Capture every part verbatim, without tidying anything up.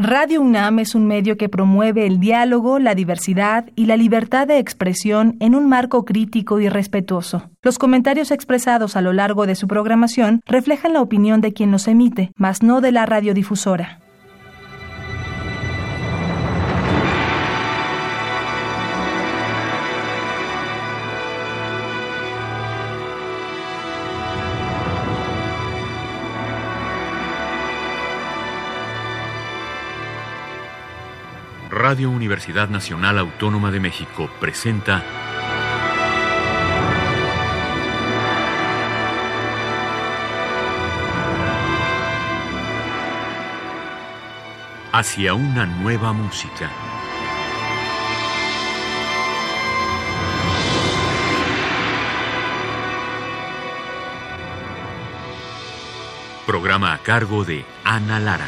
Radio UNAM es un medio que promueve el diálogo, la diversidad y la libertad de expresión en un marco crítico y respetuoso. Los comentarios expresados a lo largo de su programación reflejan la opinión de quien los emite, mas no de la radiodifusora. Radio Universidad Nacional Autónoma de México presenta Hacia una nueva música. Programa a cargo de Ana Lara.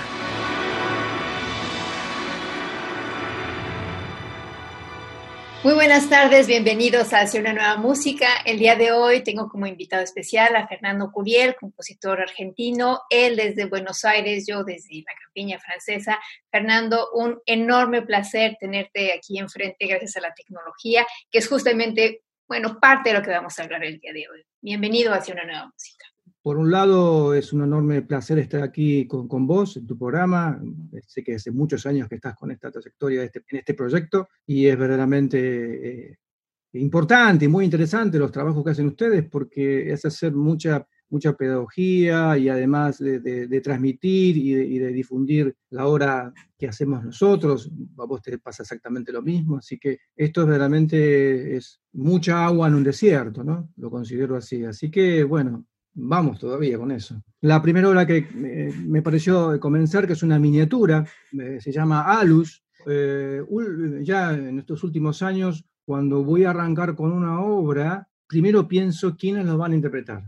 Muy buenas tardes, bienvenidos a Hacia una nueva música. El día de hoy tengo como invitado especial a Fernando Curiel, compositor argentino, él desde Buenos Aires, yo desde la campiña francesa. Fernando, un enorme placer tenerte aquí enfrente gracias a la tecnología, que es justamente, bueno, parte de lo que vamos a hablar el día de hoy. Bienvenido a Hacia una nueva música. Por un lado, es un enorme placer estar aquí con, con vos, en tu programa. Sé que hace muchos años que estás con esta trayectoria de este, en este proyecto y es verdaderamente eh, importante y muy interesante los trabajos que hacen ustedes porque es hacer mucha, mucha pedagogía y además de, de, de transmitir y de, y de difundir la obra que hacemos nosotros. A vos te pasa exactamente lo mismo, así que esto es verdaderamente es mucha agua en un desierto, ¿no? Lo considero así. Así que, bueno, vamos todavía con eso. La primera obra que eh, me pareció comenzar, que es una miniatura, eh, se llama Alus. Eh, ya en estos últimos años, cuando voy a arrancar con una obra, primero pienso quiénes lo van a interpretar.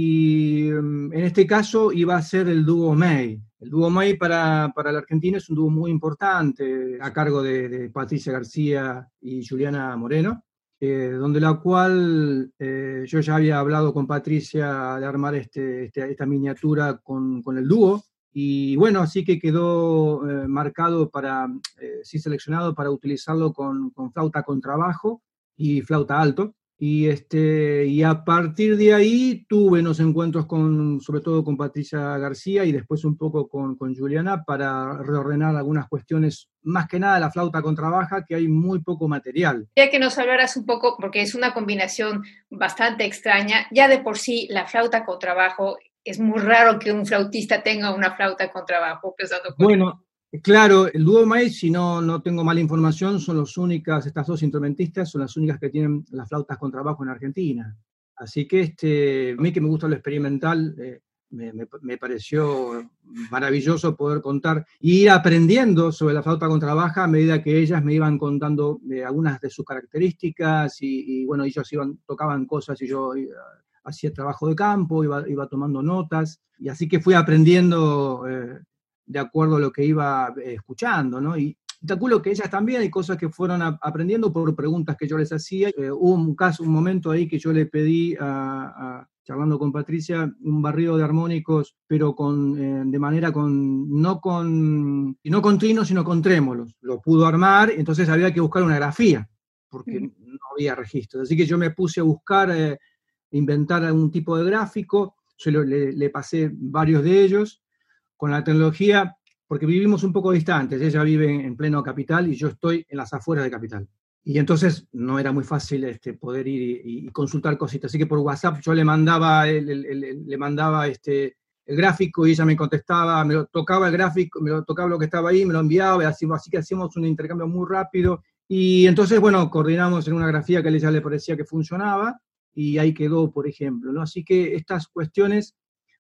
Y en este caso iba a ser el dúo May. El dúo May para, para la Argentina es un dúo muy importante, a cargo de, de Patricia García y Juliana Moreno. Eh, donde la cual eh, yo ya había hablado con Patricia de armar este, este, esta miniatura con, con el dúo, y bueno, así que quedó eh, marcado para, eh, sí seleccionado para utilizarlo con, con flauta contrabajo y flauta alto, y, este, y a partir de ahí tuve unos encuentros con, sobre todo con Patricia García y después un poco con, con Juliana para reordenar algunas cuestiones, más que nada la flauta contrabaja, que hay muy poco material. Ya que nos hablaras un poco, porque es una combinación bastante extraña, ya de por sí la flauta contrabajo, es muy raro que un flautista tenga una flauta contrabajo. Pensando con bueno, claro, el dúo May, si no, no tengo mala información, son las únicas, estas dos instrumentistas son las únicas que tienen las flautas contrabajo en Argentina. Así que este, a mí que me gusta lo experimental, eh, me, me, me pareció maravilloso poder contar y ir aprendiendo sobre la flauta contrabaja a medida que ellas me iban contando eh, algunas de sus características y, y bueno, ellos iban, tocaban cosas y yo eh, hacía trabajo de campo, iba, iba tomando notas, y así que fui aprendiendo eh, de acuerdo a lo que iba escuchando, ¿no? Y calculo que ellas también hay cosas que fueron a, aprendiendo por preguntas que yo les hacía. Eh, hubo un caso, un momento ahí que yo le pedí, a, a, charlando con Patricia, un barrido de armónicos, pero con, eh, de manera con, no con, no con trinos, sino con trémolos. Lo pudo armar, entonces había que buscar una grafía, porque mm. no había registros. Así que yo me puse a buscar, eh, inventar algún tipo de gráfico, yo le, le pasé varios de ellos, con la tecnología, porque vivimos un poco distantes. Ella vive en pleno capital y yo estoy en las afueras de capital. Y entonces no era muy fácil este, poder ir y, y consultar cositas. Así que por WhatsApp yo le mandaba, el, el, el, le mandaba este, el gráfico y ella me contestaba, me lo tocaba el gráfico, me lo tocaba lo que estaba ahí, me lo enviaba, así, así que hacíamos un intercambio muy rápido. Y entonces, bueno, coordinamos en una grafía que a ella le parecía que funcionaba y ahí quedó, por ejemplo, ¿no? Así que estas cuestiones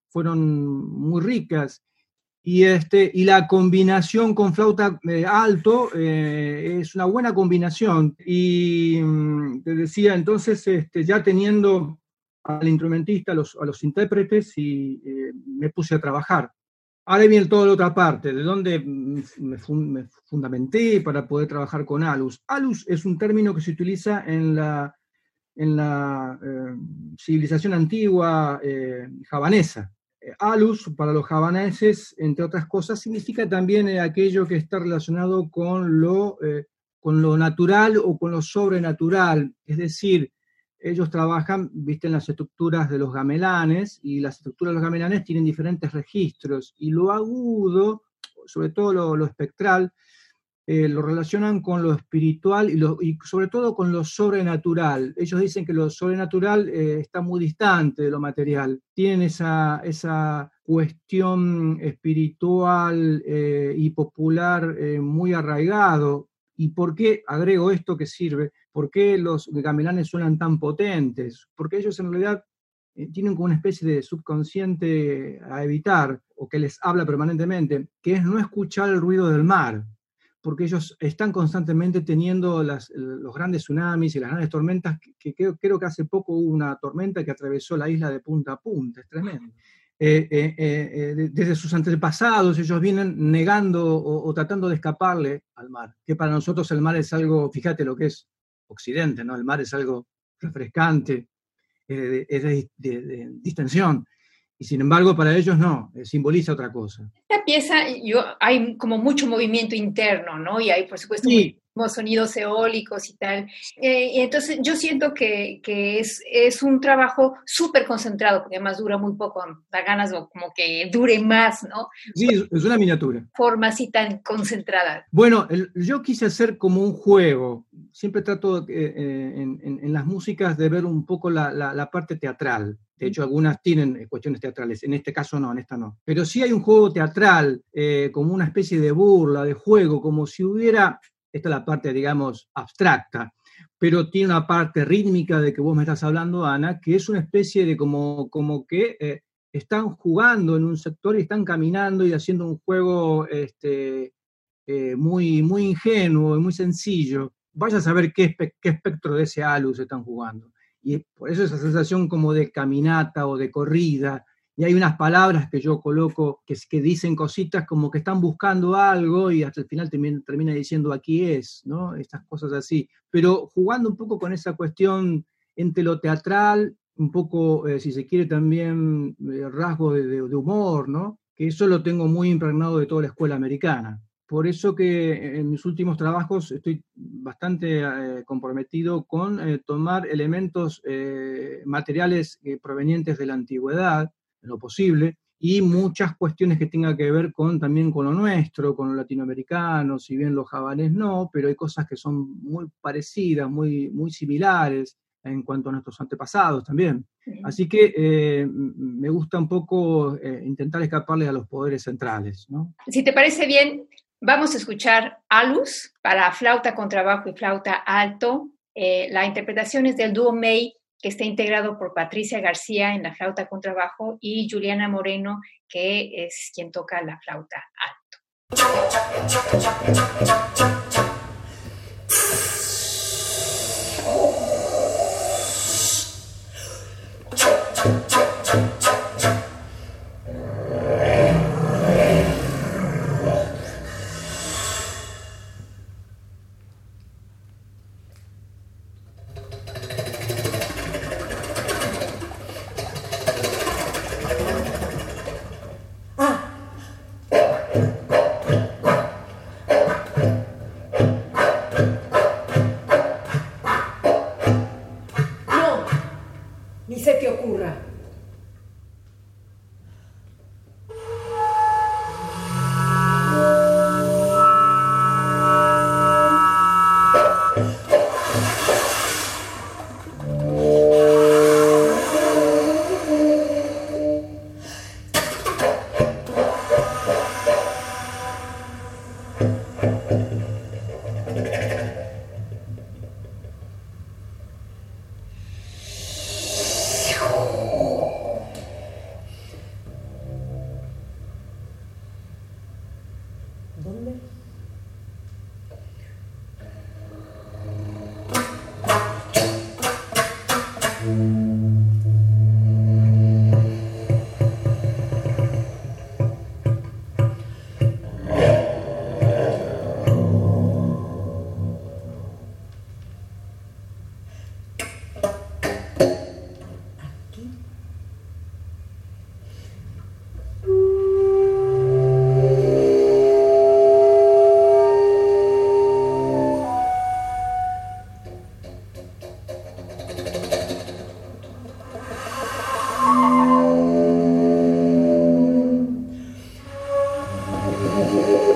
fueron muy ricas. Y, este, y la combinación con flauta eh, alto eh, es una buena combinación. Y mm, te decía, entonces, este, ya teniendo al instrumentista, a los, a los intérpretes, y eh, me puse a trabajar. Ahora viene toda la otra parte, de donde me, fun, me fundamenté para poder trabajar con alus. Alus es un término que se utiliza en la, en la eh, civilización antigua eh, javanesa. alus para los javaneses, entre otras cosas, significa también eh, aquello que está relacionado con lo, eh, con lo natural o con lo sobrenatural. Es decir, ellos trabajan, viste, en las estructuras de los gamelanes, y las estructuras de los gamelanes tienen diferentes registros, y lo agudo, sobre todo lo, lo espectral, eh, lo relacionan con lo espiritual y, lo, y sobre todo con lo sobrenatural. Ellos dicen que lo sobrenatural eh, está muy distante de lo material. Tienen esa, esa cuestión espiritual eh, y popular eh, muy arraigado. ¿Y por qué, agrego esto que sirve, por qué los gamelanes suenan tan potentes? Porque ellos en realidad eh, tienen como una especie de subconsciente a evitar, o que les habla permanentemente, que es no escuchar el ruido del mar, porque ellos están constantemente teniendo las, los grandes tsunamis y las grandes tormentas, que, que creo, creo que hace poco hubo una tormenta que atravesó la isla de punta a punta, es tremendo. Eh, eh, eh, desde sus antepasados ellos vienen negando o, o tratando de escaparle al mar, que para nosotros el mar es algo, fíjate lo que es Occidente, ¿no? El mar es algo refrescante, eh, es de, de, de distensión, y sin embargo para ellos no, eh, simboliza otra cosa. Esta pieza, yo, hay como mucho movimiento interno, ¿no? Y hay, por supuesto, sí, muchos sonidos eólicos y tal. Eh, y entonces yo siento que, que es, es un trabajo súper concentrado, porque además dura muy poco, da ganas de como que dure más, ¿no? Sí, es una miniatura. Forma así tan concentrada. Bueno, el, yo quise hacer como un juego. Siempre trato eh, en, en, en las músicas de ver un poco la, la, la parte teatral. De hecho, algunas tienen cuestiones teatrales. En este caso no, en esta no. Pero sí hay un juego teatral, eh, como una especie de burla, de juego, como si hubiera... Esta es la parte, digamos, abstracta, pero tiene una parte rítmica de que vos me estás hablando, Ana, que es una especie de como, como que eh, están jugando en un sector y están caminando y haciendo un juego este, eh, muy, muy ingenuo y muy sencillo. Vaya a saber qué, espe- qué espectro de ese alus están jugando. Y por eso esa sensación como de caminata o de corrida. Y hay unas palabras que yo coloco que, que dicen cositas como que están buscando algo y hasta el final termina, termina diciendo aquí es, ¿no? Estas cosas así. Pero jugando un poco con esa cuestión entre lo teatral, un poco, eh, si se quiere, también eh, rasgo de, de, de humor, ¿no? Que eso lo tengo muy impregnado de toda la escuela americana. Por eso que en mis últimos trabajos estoy bastante eh, comprometido con eh, tomar elementos eh, materiales eh, provenientes de la antigüedad, en lo posible, y muchas cuestiones que tengan que ver con, también con lo nuestro, con lo latinoamericano, si bien los javanés no, pero hay cosas que son muy parecidas, muy, muy similares en cuanto a nuestros antepasados también. Así que eh, me gusta un poco eh, intentar escaparle a los poderes centrales, ¿no? Si te parece bien, vamos a escuchar Alus para flauta contrabajo y flauta alto. Eh, la interpretación es del dúo May, que está integrado por Patricia García en la flauta contrabajo y Juliana Moreno, que es quien toca la flauta alto.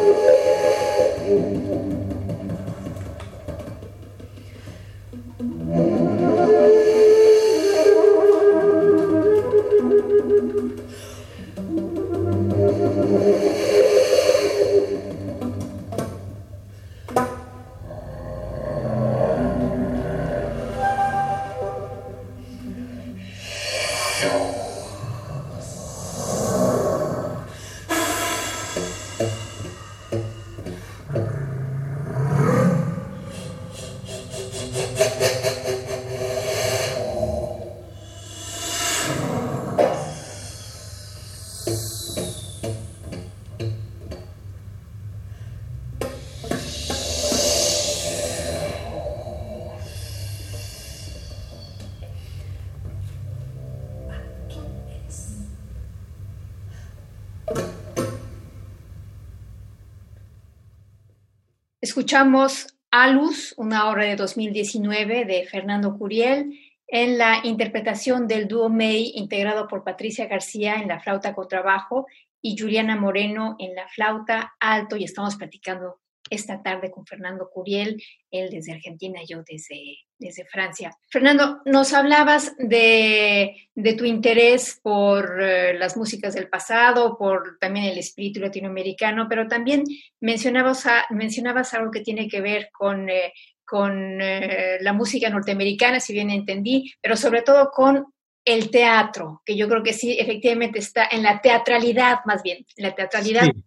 Escuchamos Alus, una obra de dos mil diecinueve de Fernando Curiel, en la interpretación del dúo May, integrado por Patricia García en la flauta contrabajo y Juliana Moreno en la flauta alto, y estamos platicando esta tarde con Fernando Curiel, él desde Argentina, yo desde, desde Francia. Fernando, nos hablabas de, de tu interés por uh, las músicas del pasado, por también el espíritu latinoamericano, pero también mencionabas, a, mencionabas algo que tiene que ver con, eh, con eh, la música norteamericana, si bien entendí, pero sobre todo con el teatro, que yo creo que sí, efectivamente está en la teatralidad, más bien, en la teatralidad. Sí.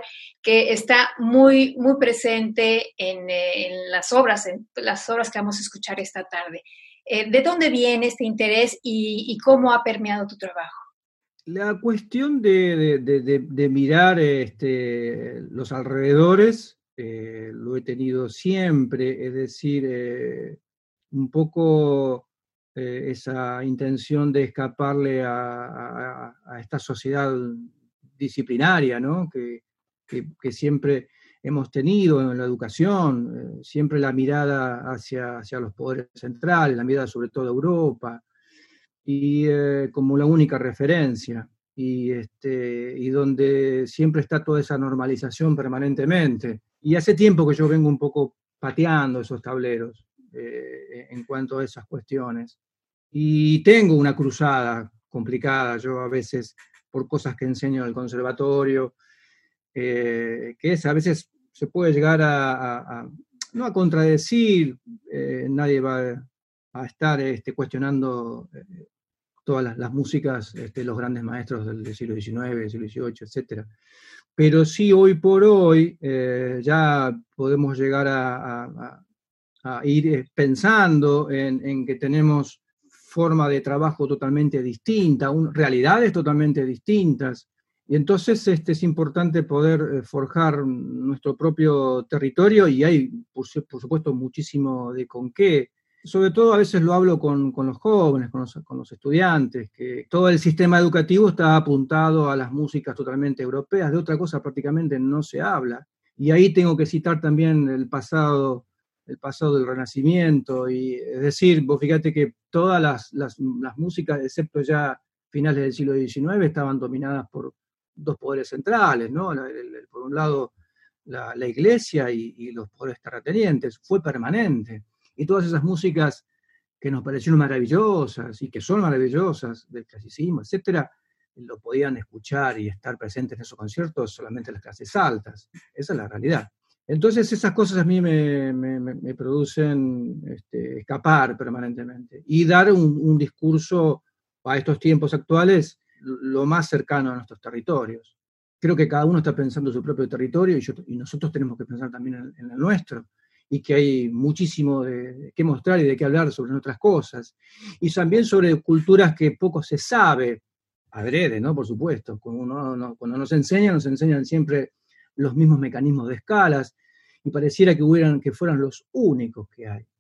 Que está muy, muy presente en, en las obras, en las obras que vamos a escuchar esta tarde. Eh, ¿De dónde viene este interés y, y cómo ha permeado tu trabajo? La cuestión de, de, de, de mirar este, los alrededores eh, lo he tenido siempre, es decir, eh, un poco eh, esa intención de escaparle a, a, a esta sociedad disciplinaria, ¿no? Que, Que, que siempre hemos tenido en la educación, eh, siempre la mirada hacia, hacia los poderes centrales, la mirada sobre todo a Europa, y eh, como la única referencia, y, este, y donde siempre está toda esa normalización permanentemente. Y hace tiempo que yo vengo un poco pateando esos tableros eh, en cuanto a esas cuestiones. Y tengo una cruzada complicada, yo a veces, por cosas que enseño en el conservatorio, Eh, que es, a veces se puede llegar a, a, a no a contradecir, eh, nadie va a estar este, cuestionando eh, todas las, las músicas, este, los grandes maestros del, del siglo diecinueve, del siglo dieciocho, etcétera. Pero sí, hoy por hoy, eh, ya podemos llegar a, a, a ir pensando en, en que tenemos forma de trabajo totalmente distinta, un, realidades totalmente distintas. Y entonces este, es importante poder eh, forjar nuestro propio territorio, y hay, por, por supuesto, muchísimo de con qué. Sobre todo a veces lo hablo con, con los jóvenes, con los, con los estudiantes, que todo el sistema educativo está apuntado a las músicas totalmente europeas, de otra cosa prácticamente no se habla. Y ahí tengo que citar también el pasado, el pasado del Renacimiento, y es decir, vos fíjate que todas las, las, las músicas, excepto ya finales del siglo diecinueve, estaban dominadas por dos poderes centrales, ¿no? La, el, el, por un lado la, la iglesia y, y los poderes terratenientes, fue permanente. Y todas esas músicas que nos parecieron maravillosas y que son maravillosas, del clasicismo, etcétera, lo podían escuchar y estar presentes en esos conciertos solamente las clases altas. Esa es la realidad. Entonces esas cosas a mí me, me, me producen este, escapar permanentemente y dar un, un discurso a estos tiempos actuales lo más cercano a nuestros territorios. Creo que cada uno está pensando en su propio territorio, y, yo, y nosotros tenemos que pensar también en, en el nuestro, y que hay muchísimo de, de qué mostrar y de qué hablar sobre nuestras cosas, y también sobre culturas que poco se sabe, adrede, ¿no? Por supuesto, cuando, uno, no, cuando nos enseñan, nos enseñan siempre los mismos mecanismos de escalas, y pareciera que, hubieran, que fueran los únicos que hay.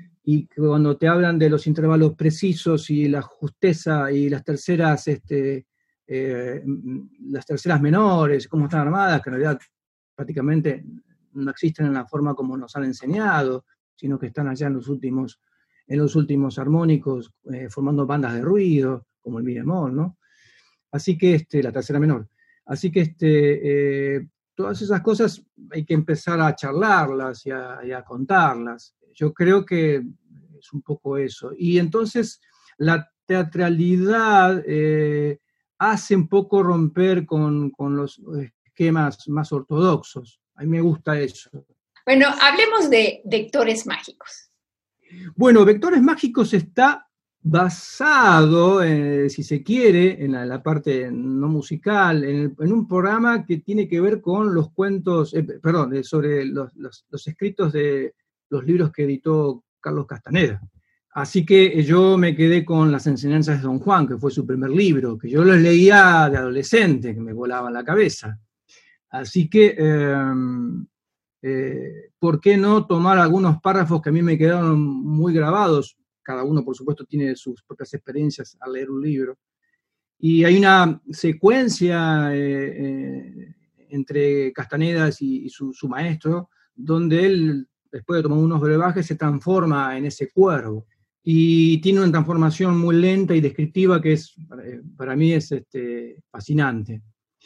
Y cuando te hablan de los intervalos precisos y la justeza y las terceras, este, eh, las terceras menores, cómo están armadas, que en realidad prácticamente no existen en la forma como nos han enseñado, sino que están allá en los últimos, en los últimos armónicos, eh, formando bandas de ruido, como el mi bemol, ¿no? Así que este, la tercera menor. Así que este, eh, todas esas cosas hay que empezar a charlarlas y a, y a contarlas. Yo creo que es un poco eso. Y entonces la teatralidad eh, hace un poco romper con, con los esquemas más ortodoxos. A mí me gusta eso. Bueno, hablemos de Vectores Mágicos. Bueno, Vectores Mágicos está basado, eh, si se quiere, en la, la parte no musical, en, el, en un programa que tiene que ver con los cuentos, eh, perdón, eh, sobre los, los, los escritos de los libros que editó Carlos Castaneda. Así que yo me quedé con Las enseñanzas de Don Juan, que fue su primer libro, que yo los leía de adolescente, que me volaba la cabeza. Así que, eh, eh, ¿por qué no tomar algunos párrafos que a mí me quedaron muy grabados? Cada uno, por supuesto, tiene sus propias experiencias al leer un libro. Y hay una secuencia eh, eh, entre Castaneda y, y su, su maestro, donde él, después de tomar unos brebajes, se transforma en ese cuervo. Y tiene una transformación muy lenta y descriptiva que es, para mí es este, fascinante.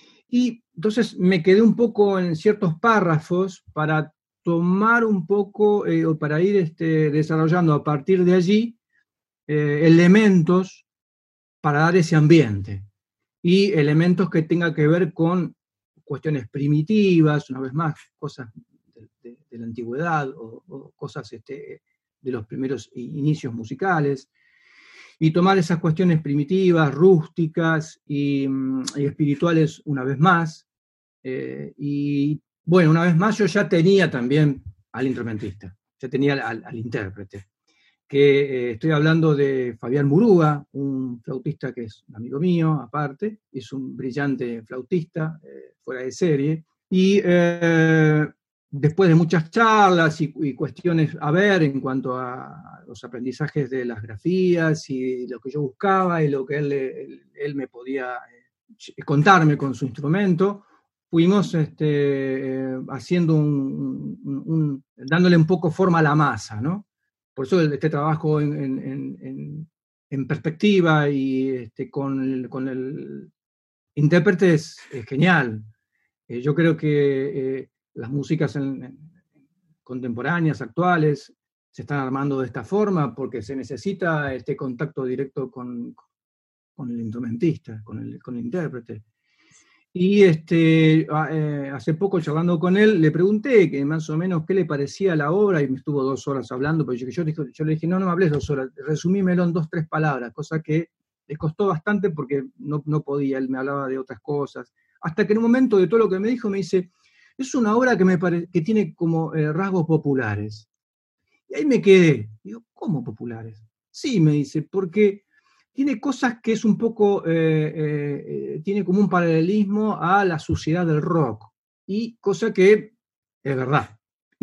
Y entonces me quedé un poco en ciertos párrafos para tomar un poco, eh, o para ir este, desarrollando a partir de allí eh, elementos para dar ese ambiente. Y elementos que tengan que ver con cuestiones primitivas, una vez más, cosas de, de, de la antigüedad, o, o cosas este, de los primeros inicios musicales, y tomar esas cuestiones primitivas, rústicas y, y espirituales una vez más. Eh, y bueno, una vez más yo ya tenía también al instrumentista, ya tenía al, al intérprete, que eh, estoy hablando de Fabián Murúa, un flautista que es un amigo mío, aparte, es un brillante flautista, eh, fuera de serie, y eh, después de muchas charlas y, y cuestiones a ver en cuanto a los aprendizajes de las grafías y lo que yo buscaba y lo que él, él, él me podía eh, contarme con su instrumento, fuimos este, eh, haciendo un, un, un, dándole un poco forma a la masa, ¿no? Por eso este trabajo en, en, en, en perspectiva y este, con, el, con el intérprete es, es genial. Eh, yo creo que eh, las músicas en, en, contemporáneas, actuales, se están armando de esta forma porque se necesita este contacto directo con, con el instrumentista, con el, con el intérprete. Y este, eh, hace poco charlando con él, le pregunté que más o menos qué le parecía la obra y me estuvo dos horas hablando, pero yo, yo, yo le dije, no, no me hables dos horas, resumímelo en dos, tres palabras, cosa que le costó bastante porque no, no podía, él me hablaba de otras cosas. Hasta que en un momento de todo lo que me dijo me dice, es una obra que, me pare, que tiene como eh, rasgos populares. Y ahí me quedé. Digo, ¿cómo populares? Sí, me dice, porque tiene cosas que es un poco, eh, eh, tiene como un paralelismo a la suciedad del rock. Y cosa que es verdad.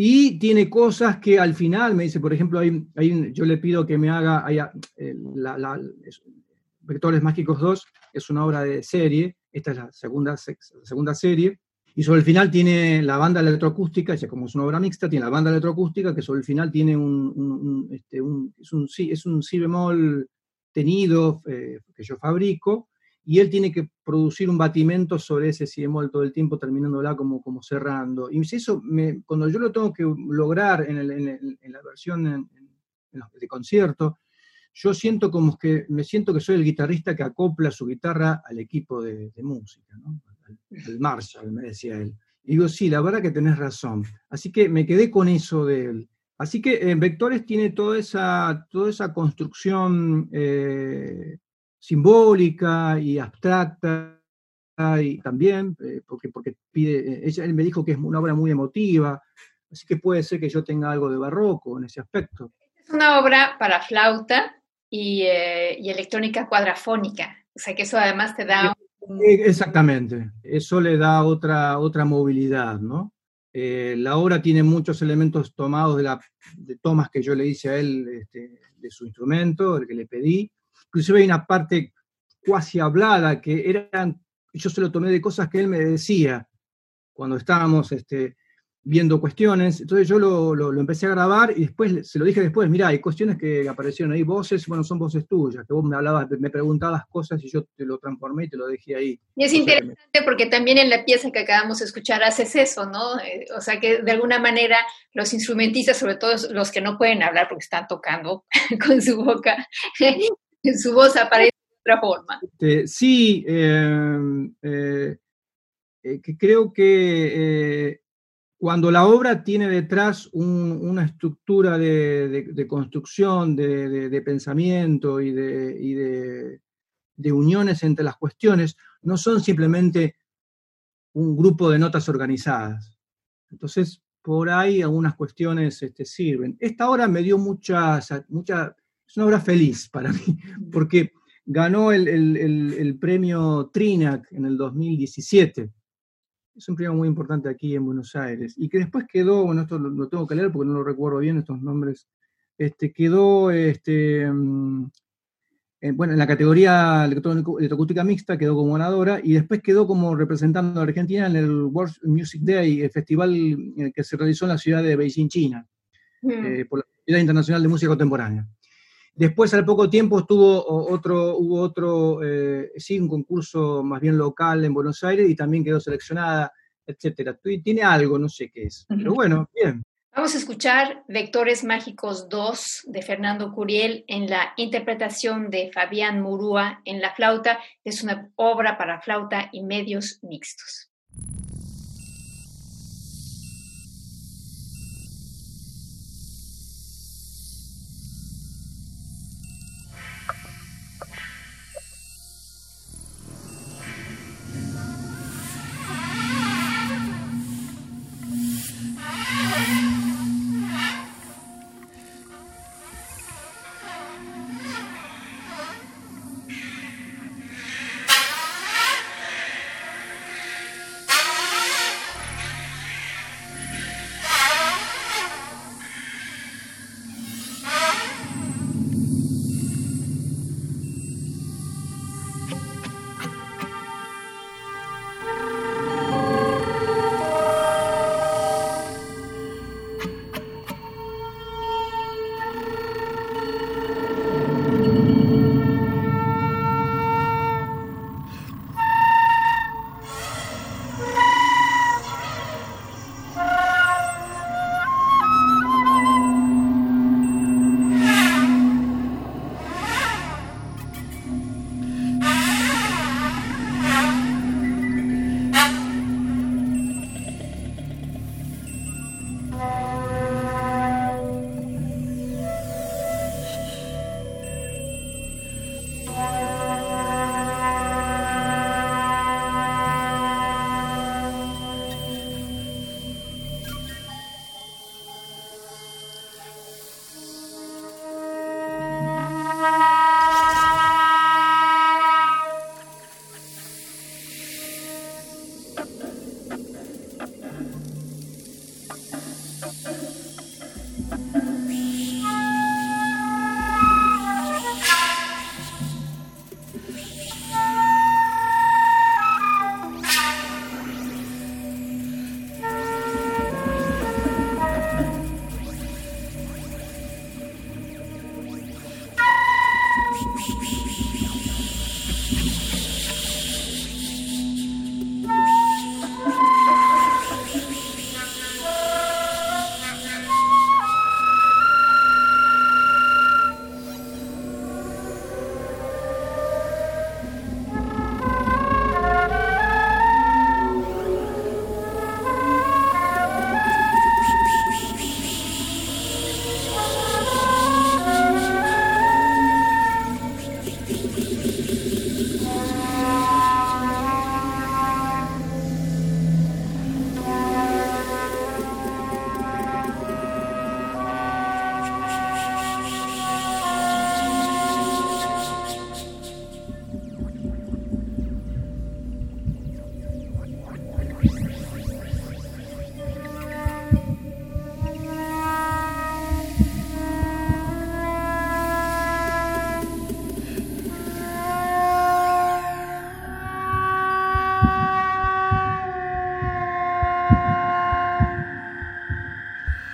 Y tiene cosas que al final, me dice, por ejemplo, hay, hay, yo le pido que me haga, hay, la, la, Vectores Mágicos dos es una obra de serie, esta es la segunda, la segunda serie, y sobre el final tiene la banda electroacústica, ya como es una obra mixta, tiene la banda electroacústica, que sobre el final tiene un, un, un, este, un, es, un es un si bemol tenido eh, que yo fabrico, y él tiene que producir un batimento sobre ese si bemol todo el tiempo, terminándola como, como cerrando. Y eso, me, cuando yo lo tengo que lograr en, el, en, el, en la versión en, en de concierto, yo siento como que, me siento que soy el guitarrista que acopla su guitarra al equipo de, de música, ¿no? El Marshall, me decía él. Y digo, sí, la verdad que tenés razón. Así que me quedé con eso de él. Así que en Vectores tiene toda esa, toda esa construcción eh, simbólica y abstracta, y también, eh, porque, porque pide, ella, él me dijo que es una obra muy emotiva, así que puede ser que yo tenga algo de barroco en ese aspecto. Es una obra para flauta y, eh, y electrónica cuadrafónica, o sea que eso además te da... Exactamente, eso le da otra, otra movilidad, ¿no? Eh, la obra tiene muchos elementos tomados de, la, de tomas que yo le hice a él este, de su instrumento, el que le pedí. Inclusive hay una parte cuasi hablada que eran, yo se lo tomé de cosas que él me decía cuando estábamos este, viendo cuestiones. Entonces yo lo, lo, lo empecé a grabar y después se lo dije después, mirá, hay cuestiones que aparecieron ahí, voces, bueno, son voces tuyas, que vos me hablabas, me preguntabas cosas y yo te lo transformé y te lo dejé ahí. Y es interesante me... porque también en la pieza que acabamos de escuchar haces eso, ¿no? Eh, o sea que de alguna manera los instrumentistas, sobre todo los que no pueden hablar porque están tocando con su boca, su voz aparece de otra forma. Este, sí, eh, eh, eh, que creo que eh, cuando la obra tiene detrás un, una estructura de, de, de construcción, de, de, de pensamiento y, de, y de, de uniones entre las cuestiones, no son simplemente un grupo de notas organizadas. Entonces, por ahí algunas cuestiones este, sirven. Esta obra me dio mucha, mucha, es una obra feliz para mí, porque ganó el, el, el, el premio Trinac en el dos mil diecisiete. Es un premio muy importante aquí en Buenos Aires, y que después quedó, bueno, esto lo, lo tengo que leer porque no lo recuerdo bien estos nombres, este, quedó, este, eh, bueno, en la categoría electroacústica mixta quedó como ganadora, y después quedó como representando a Argentina en el World Music Day, el festival que se realizó en la ciudad de Beijing, China, mm. eh, por la Sociedad Internacional de Música Contemporánea. Después, al poco tiempo, estuvo otro, hubo otro, eh, sí, un concurso más bien local en Buenos Aires y también quedó seleccionada, etcétera. Tiene algo, no sé qué es, pero bueno, bien. Vamos a escuchar Vectores Mágicos dos de Fernando Curiel en la interpretación de Fabián Murúa en la flauta. Es una obra para flauta y medios mixtos.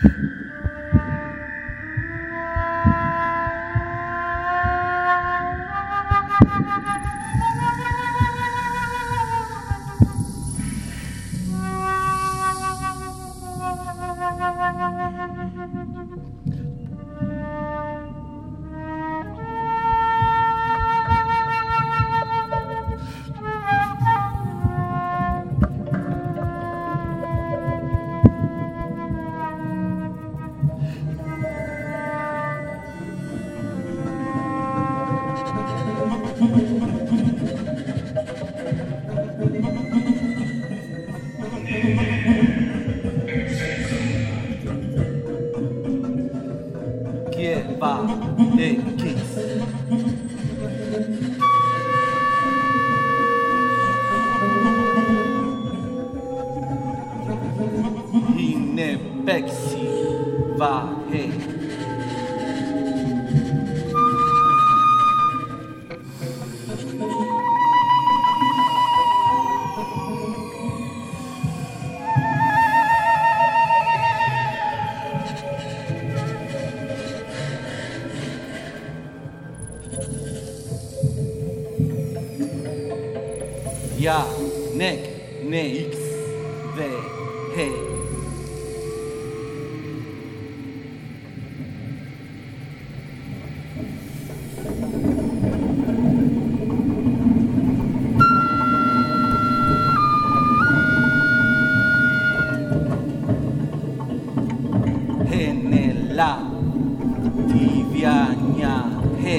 Ya, nek, ne, x, ve, he. Genela, tibiaña, he.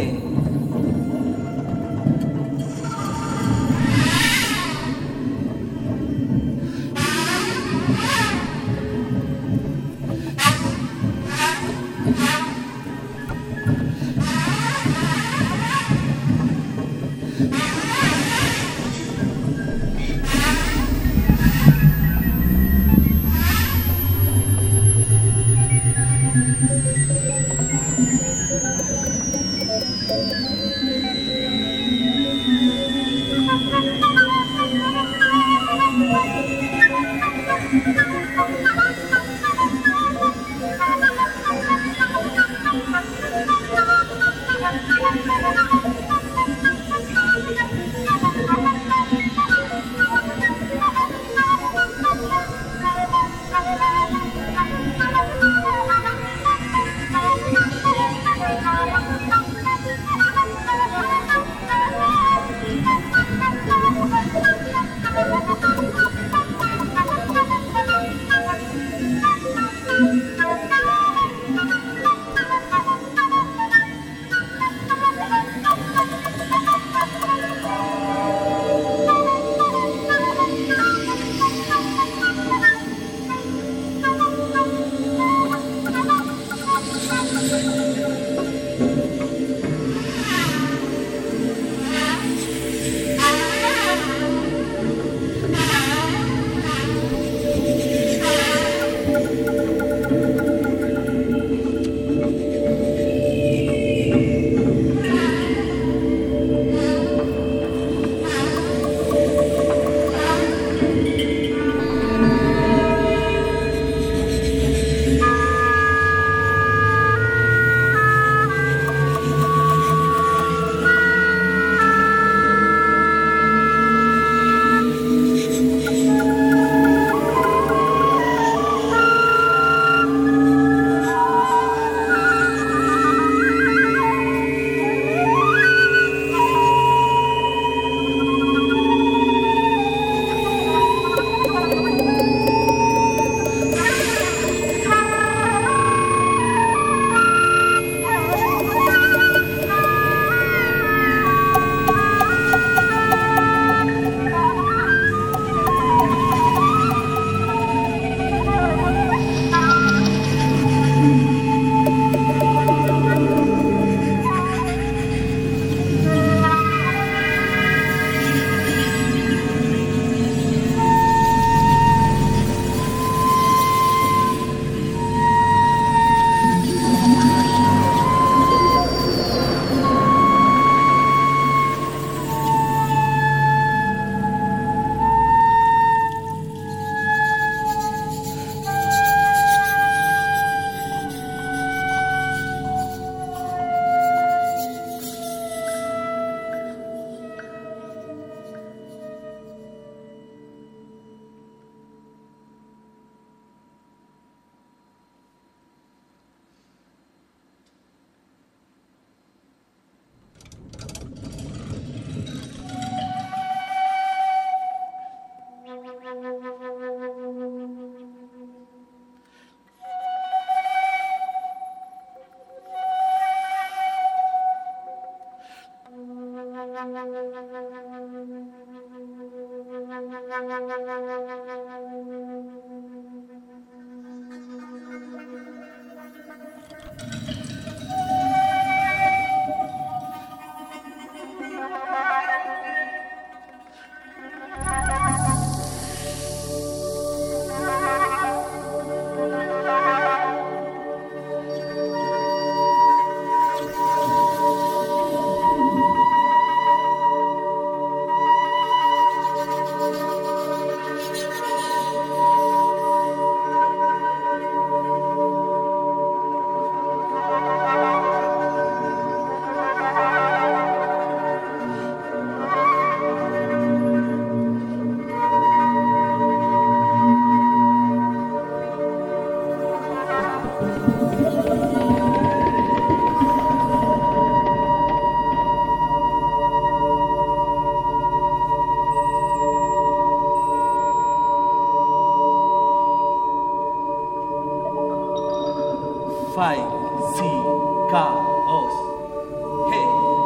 Fai, si, ka, os, he.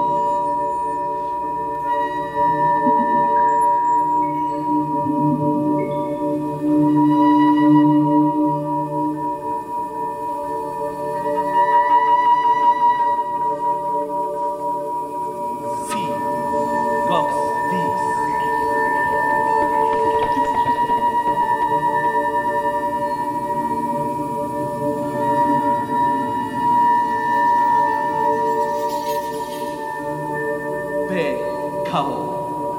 Si, gox, dis. Pe, kao.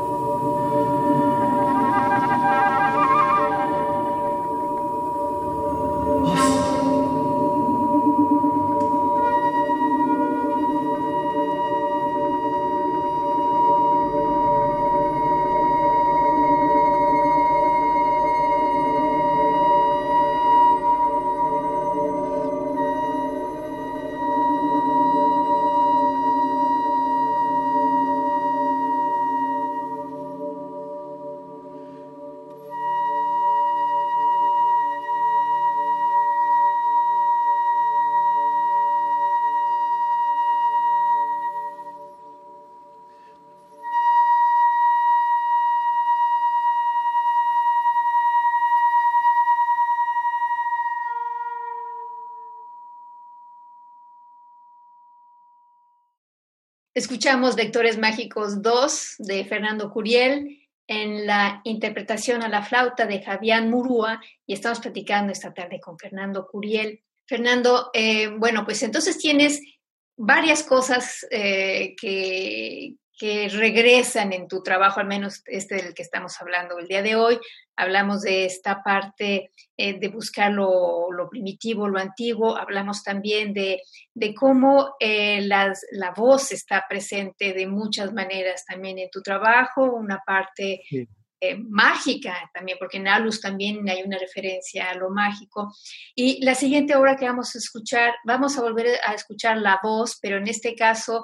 Escuchamos Vectores Mágicos dos de Fernando Curiel en la interpretación a la flauta de Fabián Murúa y estamos platicando esta tarde con Fernando Curiel. Fernando, eh, bueno, pues entonces tienes varias cosas eh, que, que regresan en tu trabajo, al menos este del que estamos hablando el día de hoy. Hablamos de esta parte eh, de buscar lo, lo primitivo, lo antiguo. Hablamos también de, de cómo eh, las, la voz está presente de muchas maneras también en tu trabajo. Una parte Sí. eh, mágica también, porque en Alus también hay una referencia a lo mágico. Y la siguiente obra que vamos a escuchar, vamos a volver a escuchar la voz, pero en este caso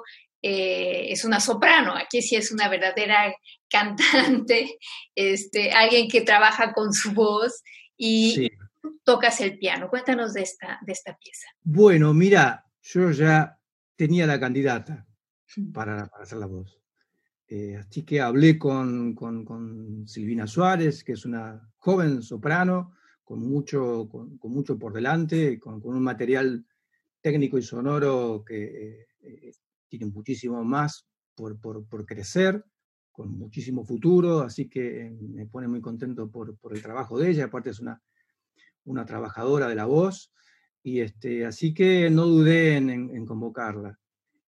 eh, es una soprano. Aquí sí es una verdadera cantante, este, alguien que trabaja con su voz y Sí. tocas el piano. Cuéntanos de esta, de esta pieza. Bueno, mira, yo ya tenía la candidata para, para hacer la voz. Eh, así que hablé con, con, con Silvina Suárez, que es una joven soprano, con mucho, con, con mucho por delante, con, con un material técnico y sonoro que eh, tiene muchísimo más por, por, por crecer, con muchísimo futuro, así que me pone muy contento por, por el trabajo de ella. Aparte es una, una trabajadora de la voz, y este, así que no dudé en, en, en convocarla.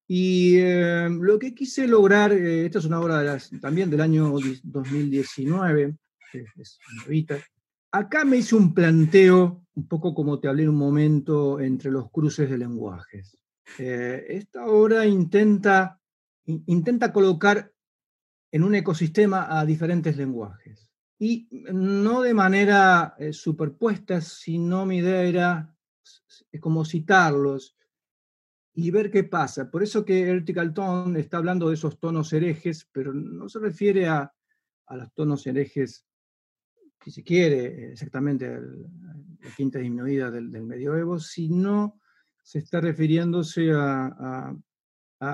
Y eh, lo que quise lograr, eh, esta es una obra de las, también del año dos mil diecinueve, que es nuevita. Acá me hice un planteo, un poco como te hablé en un momento, entre los cruces de lenguajes. Eh, esta obra intenta, in, intenta colocar en un ecosistema a diferentes lenguajes. Y no de manera eh, superpuesta, sino mi idea era eh, como citarlos y ver qué pasa. Por eso que Vertical Tone está hablando de esos tonos herejes, pero no se refiere a, a los tonos herejes, si se quiere, exactamente a la quinta disminuida del, del medioevo, sino se está refiriéndose a, a, a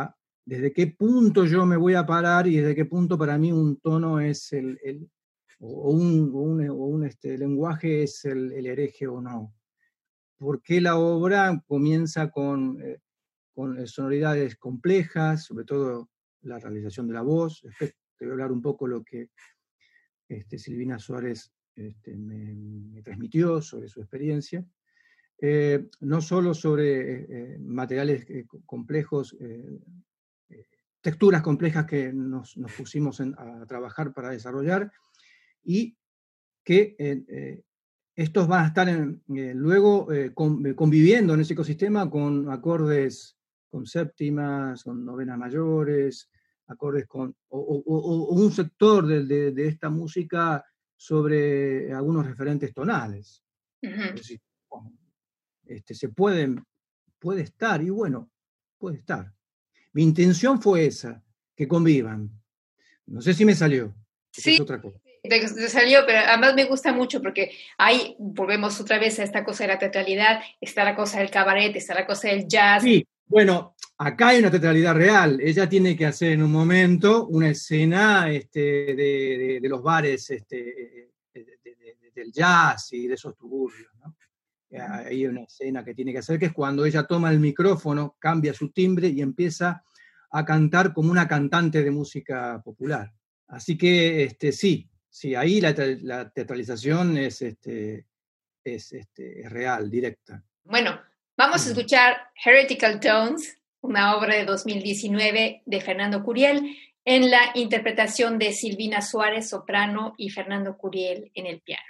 desde qué punto yo me voy a parar y desde qué punto para mí un tono es el, el o un, o un, o un este, lenguaje es el, el hereje o no. ¿Por qué la obra comienza con, eh, con sonoridades complejas, sobre todo la realización de la voz? Después te voy a hablar un poco lo que este, Silvina Suárez este, me, me transmitió sobre su experiencia. Eh, no solo sobre eh, materiales eh, complejos, eh, eh, texturas complejas que nos, nos pusimos en, a trabajar para desarrollar, y que eh, eh, estos van a estar en, eh, luego eh, con, conviviendo en ese ecosistema con acordes con séptimas, con novenas mayores, acordes con, o, o, o un sector de, de, de esta música sobre algunos referentes tonales. Uh-huh. Es decir, este, se pueden, puede estar, y bueno, puede estar. Mi intención fue esa, que convivan. No sé si me salió. Sí, es otra cosa. Te, te salió, pero además me gusta mucho porque ahí volvemos otra vez a esta cosa de la teatralidad, está la cosa del cabaret, está la cosa del jazz. Sí, bueno, acá hay una teatralidad real. Ella tiene que hacer en un momento una escena este, de, de, de los bares este, de, de, de, del jazz y de esos tuburbios, ¿no? Hay una escena que tiene que hacer, que es cuando ella toma el micrófono, cambia su timbre y empieza a cantar como una cantante de música popular. Así que este, sí, sí, ahí la, la teatralización es, este, es, este, es real, directa. Bueno, vamos a escuchar Heretical Tones, una obra de dos mil diecinueve de Fernando Curiel, en la interpretación de Silvina Suárez, soprano, y Fernando Curiel en el piano.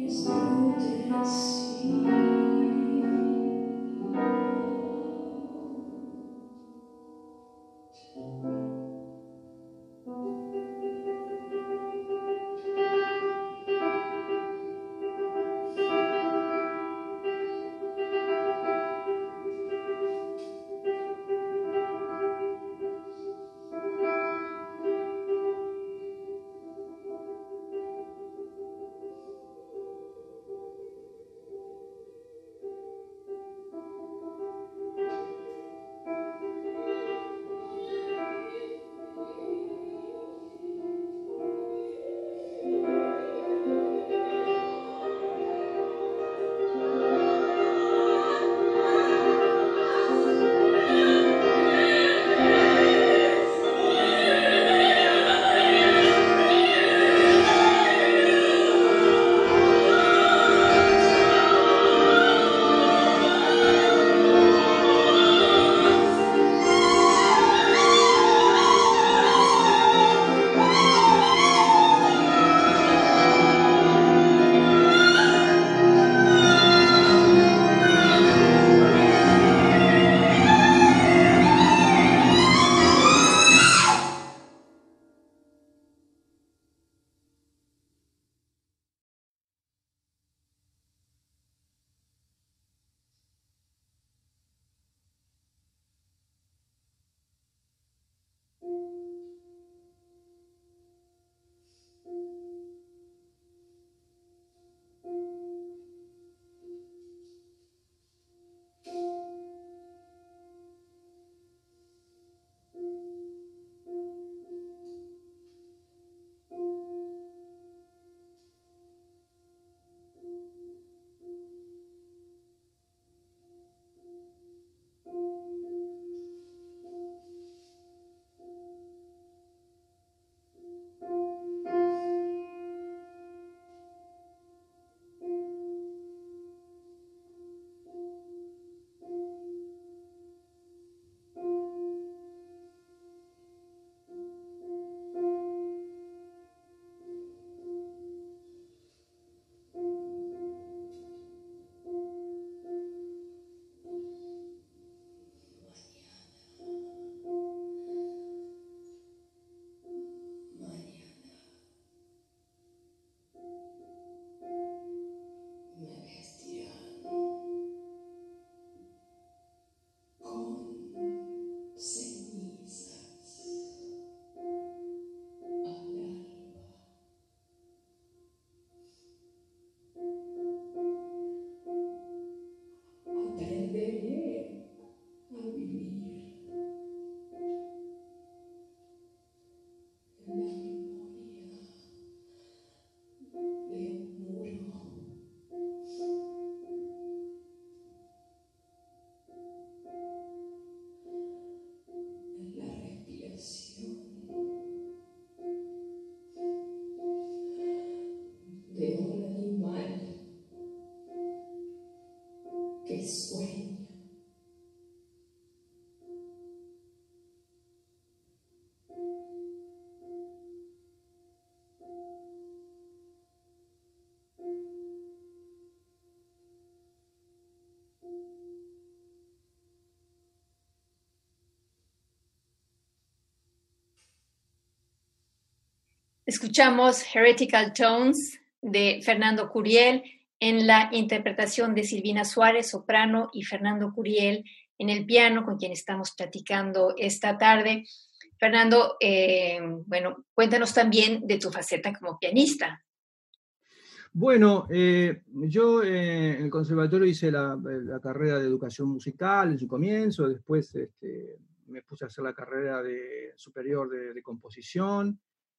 Escuchamos Heretical Tones de Fernando Curiel en la interpretación de Silvina Suárez, soprano, y Fernando Curiel en el piano, con quien estamos platicando esta tarde. Fernando, eh, bueno, cuéntanos también de tu faceta como pianista. Bueno, eh, yo eh, en el conservatorio hice la, la carrera de educación musical en su comienzo, después este, me puse a hacer la carrera de, superior de, de composición,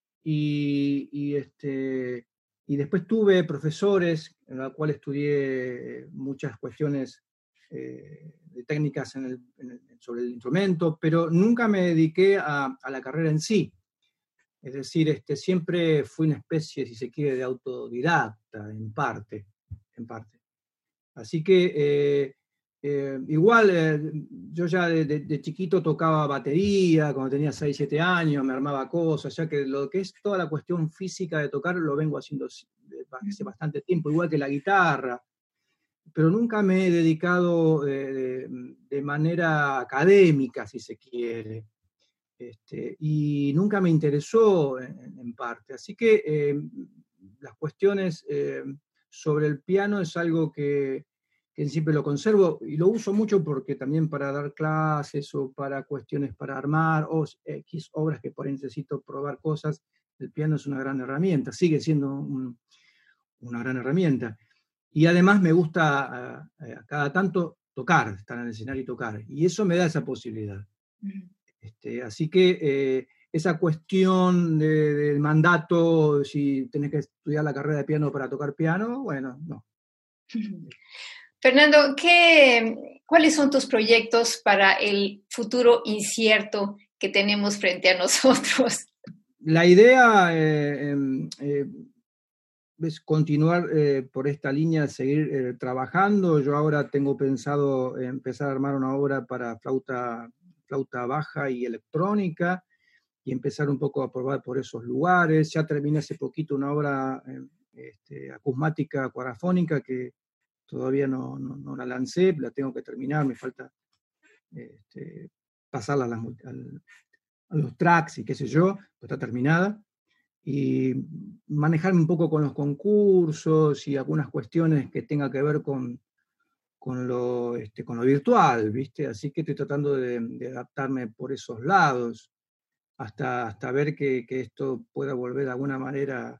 y, y, este, y después tuve profesores en los cuales estudié muchas cuestiones eh, de técnicas en el, en el, sobre el instrumento, pero nunca me dediqué a, a la carrera en sí. Es decir, este, siempre fui una especie, si se quiere, de autodidacta, en parte. En parte. Así que eh, eh, igual eh, yo ya de, de, de chiquito tocaba batería, cuando tenía seis, siete años, me armaba cosas, ya que lo que es toda la cuestión física de tocar lo vengo haciendo hace bastante tiempo, igual que la guitarra, pero nunca me he dedicado eh, de, de manera académica, si se quiere, este, y nunca me interesó en, en parte. Así que eh, las cuestiones eh, sobre el piano es algo que, que siempre lo conservo y lo uso mucho porque también para dar clases o para cuestiones para armar o X obras que por ahí necesito probar cosas, el piano es una gran herramienta, sigue siendo un, una gran herramienta. Y además me gusta a, a cada tanto tocar, estar en el escenario y tocar, y eso me da esa posibilidad. Mm. Este, así que eh, esa cuestión de, del mandato, si tenés que estudiar la carrera de piano para tocar piano, bueno, no. Fernando, ¿qué, ¿cuáles son tus proyectos para el futuro incierto que tenemos frente a nosotros? La idea eh, eh, es continuar eh, por esta línea, seguir eh, trabajando. Yo ahora tengo pensado empezar a armar una obra para flauta, flauta baja y electrónica y empezar un poco a probar por esos lugares. Ya terminé hace poquito una obra eh, este, acusmática, cuadrafónica, que todavía no, no, no la lancé, la tengo que terminar, me falta este, pasarla a, las, al, a los tracks y qué sé yo, pues está terminada. Y manejarme un poco con los concursos y algunas cuestiones que tenga que ver con, con, lo, este, con lo virtual, ¿viste? Así que estoy tratando de, de adaptarme por esos lados hasta, hasta ver que, que esto pueda volver de alguna manera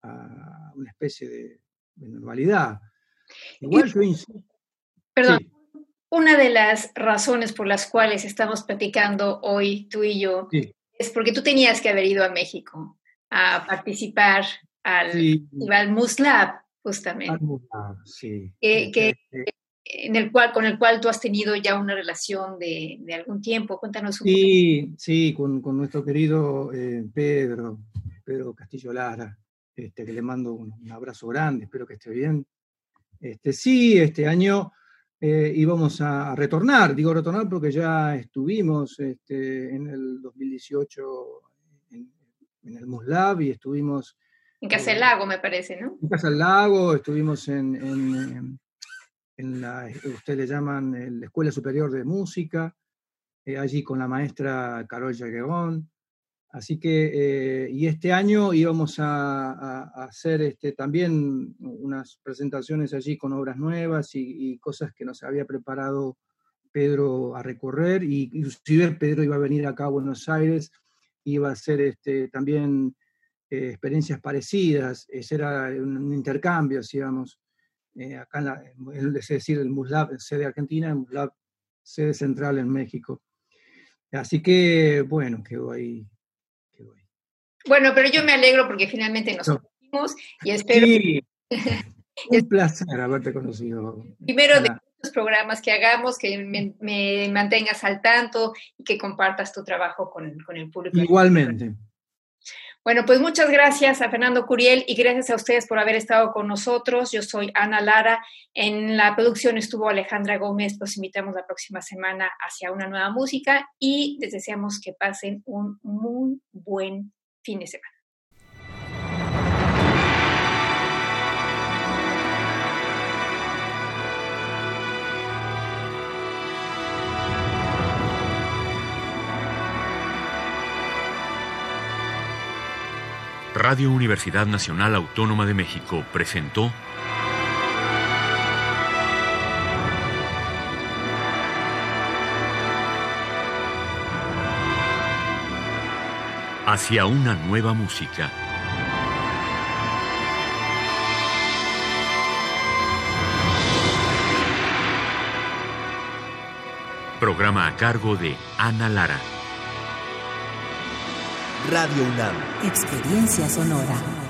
a una especie de, de normalidad. Igual yo insisto. Perdón, sí. Una de las razones por las cuales estamos platicando hoy tú y yo sí. es porque tú tenías que haber ido a México a participar al, sí. al MUSLab, justamente. Al MUSLab, sí. Eh, que, en el cual, con el cual tú has tenido ya una relación de, de algún tiempo. Cuéntanos un sí, poco. Sí, con, con nuestro querido eh, Pedro, Pedro Castillo Lara, este, que le mando un, un abrazo grande, espero que esté bien. Este, sí, este año eh, íbamos a, a retornar, digo retornar porque ya estuvimos este, en el dos mil dieciocho en, en el MUSLab y estuvimos... En Casa del Lago, me parece, ¿no? En Casa del Lago, estuvimos en, en, en la, ustedes le llaman la Escuela Superior de Música, eh, allí con la maestra Carol Jaguerón. Así que, eh, y este año íbamos a, a, a hacer este, también unas presentaciones allí con obras nuevas y, y cosas que nos había preparado Pedro a recorrer, y inclusive Pedro iba a venir acá a Buenos Aires, iba a hacer este, también eh, experiencias parecidas, ese era un, un intercambio, digamos, eh, acá en la, es decir, el MUSLab, sede argentina, el MUSLab, sede central en México. Así que, bueno, quedó ahí. Bueno, pero yo me alegro porque finalmente nos conocimos y espero... Sí, un placer haberte conocido. Primero de muchos programas que hagamos, que me, me mantengas al tanto y que compartas tu trabajo con, con el público. Igualmente. Bueno, pues muchas gracias a Fernando Curiel y gracias a ustedes por haber estado con nosotros. Yo soy Ana Lara. En la producción estuvo Alejandra Gómez. Los invitamos la próxima semana hacia una nueva música y les deseamos que pasen un muy buen fin de semana. Radio Universidad Nacional Autónoma de México presentó Hacia una nueva música. Programa a cargo de Ana Lara. Radio UNAM. Experiencia sonora.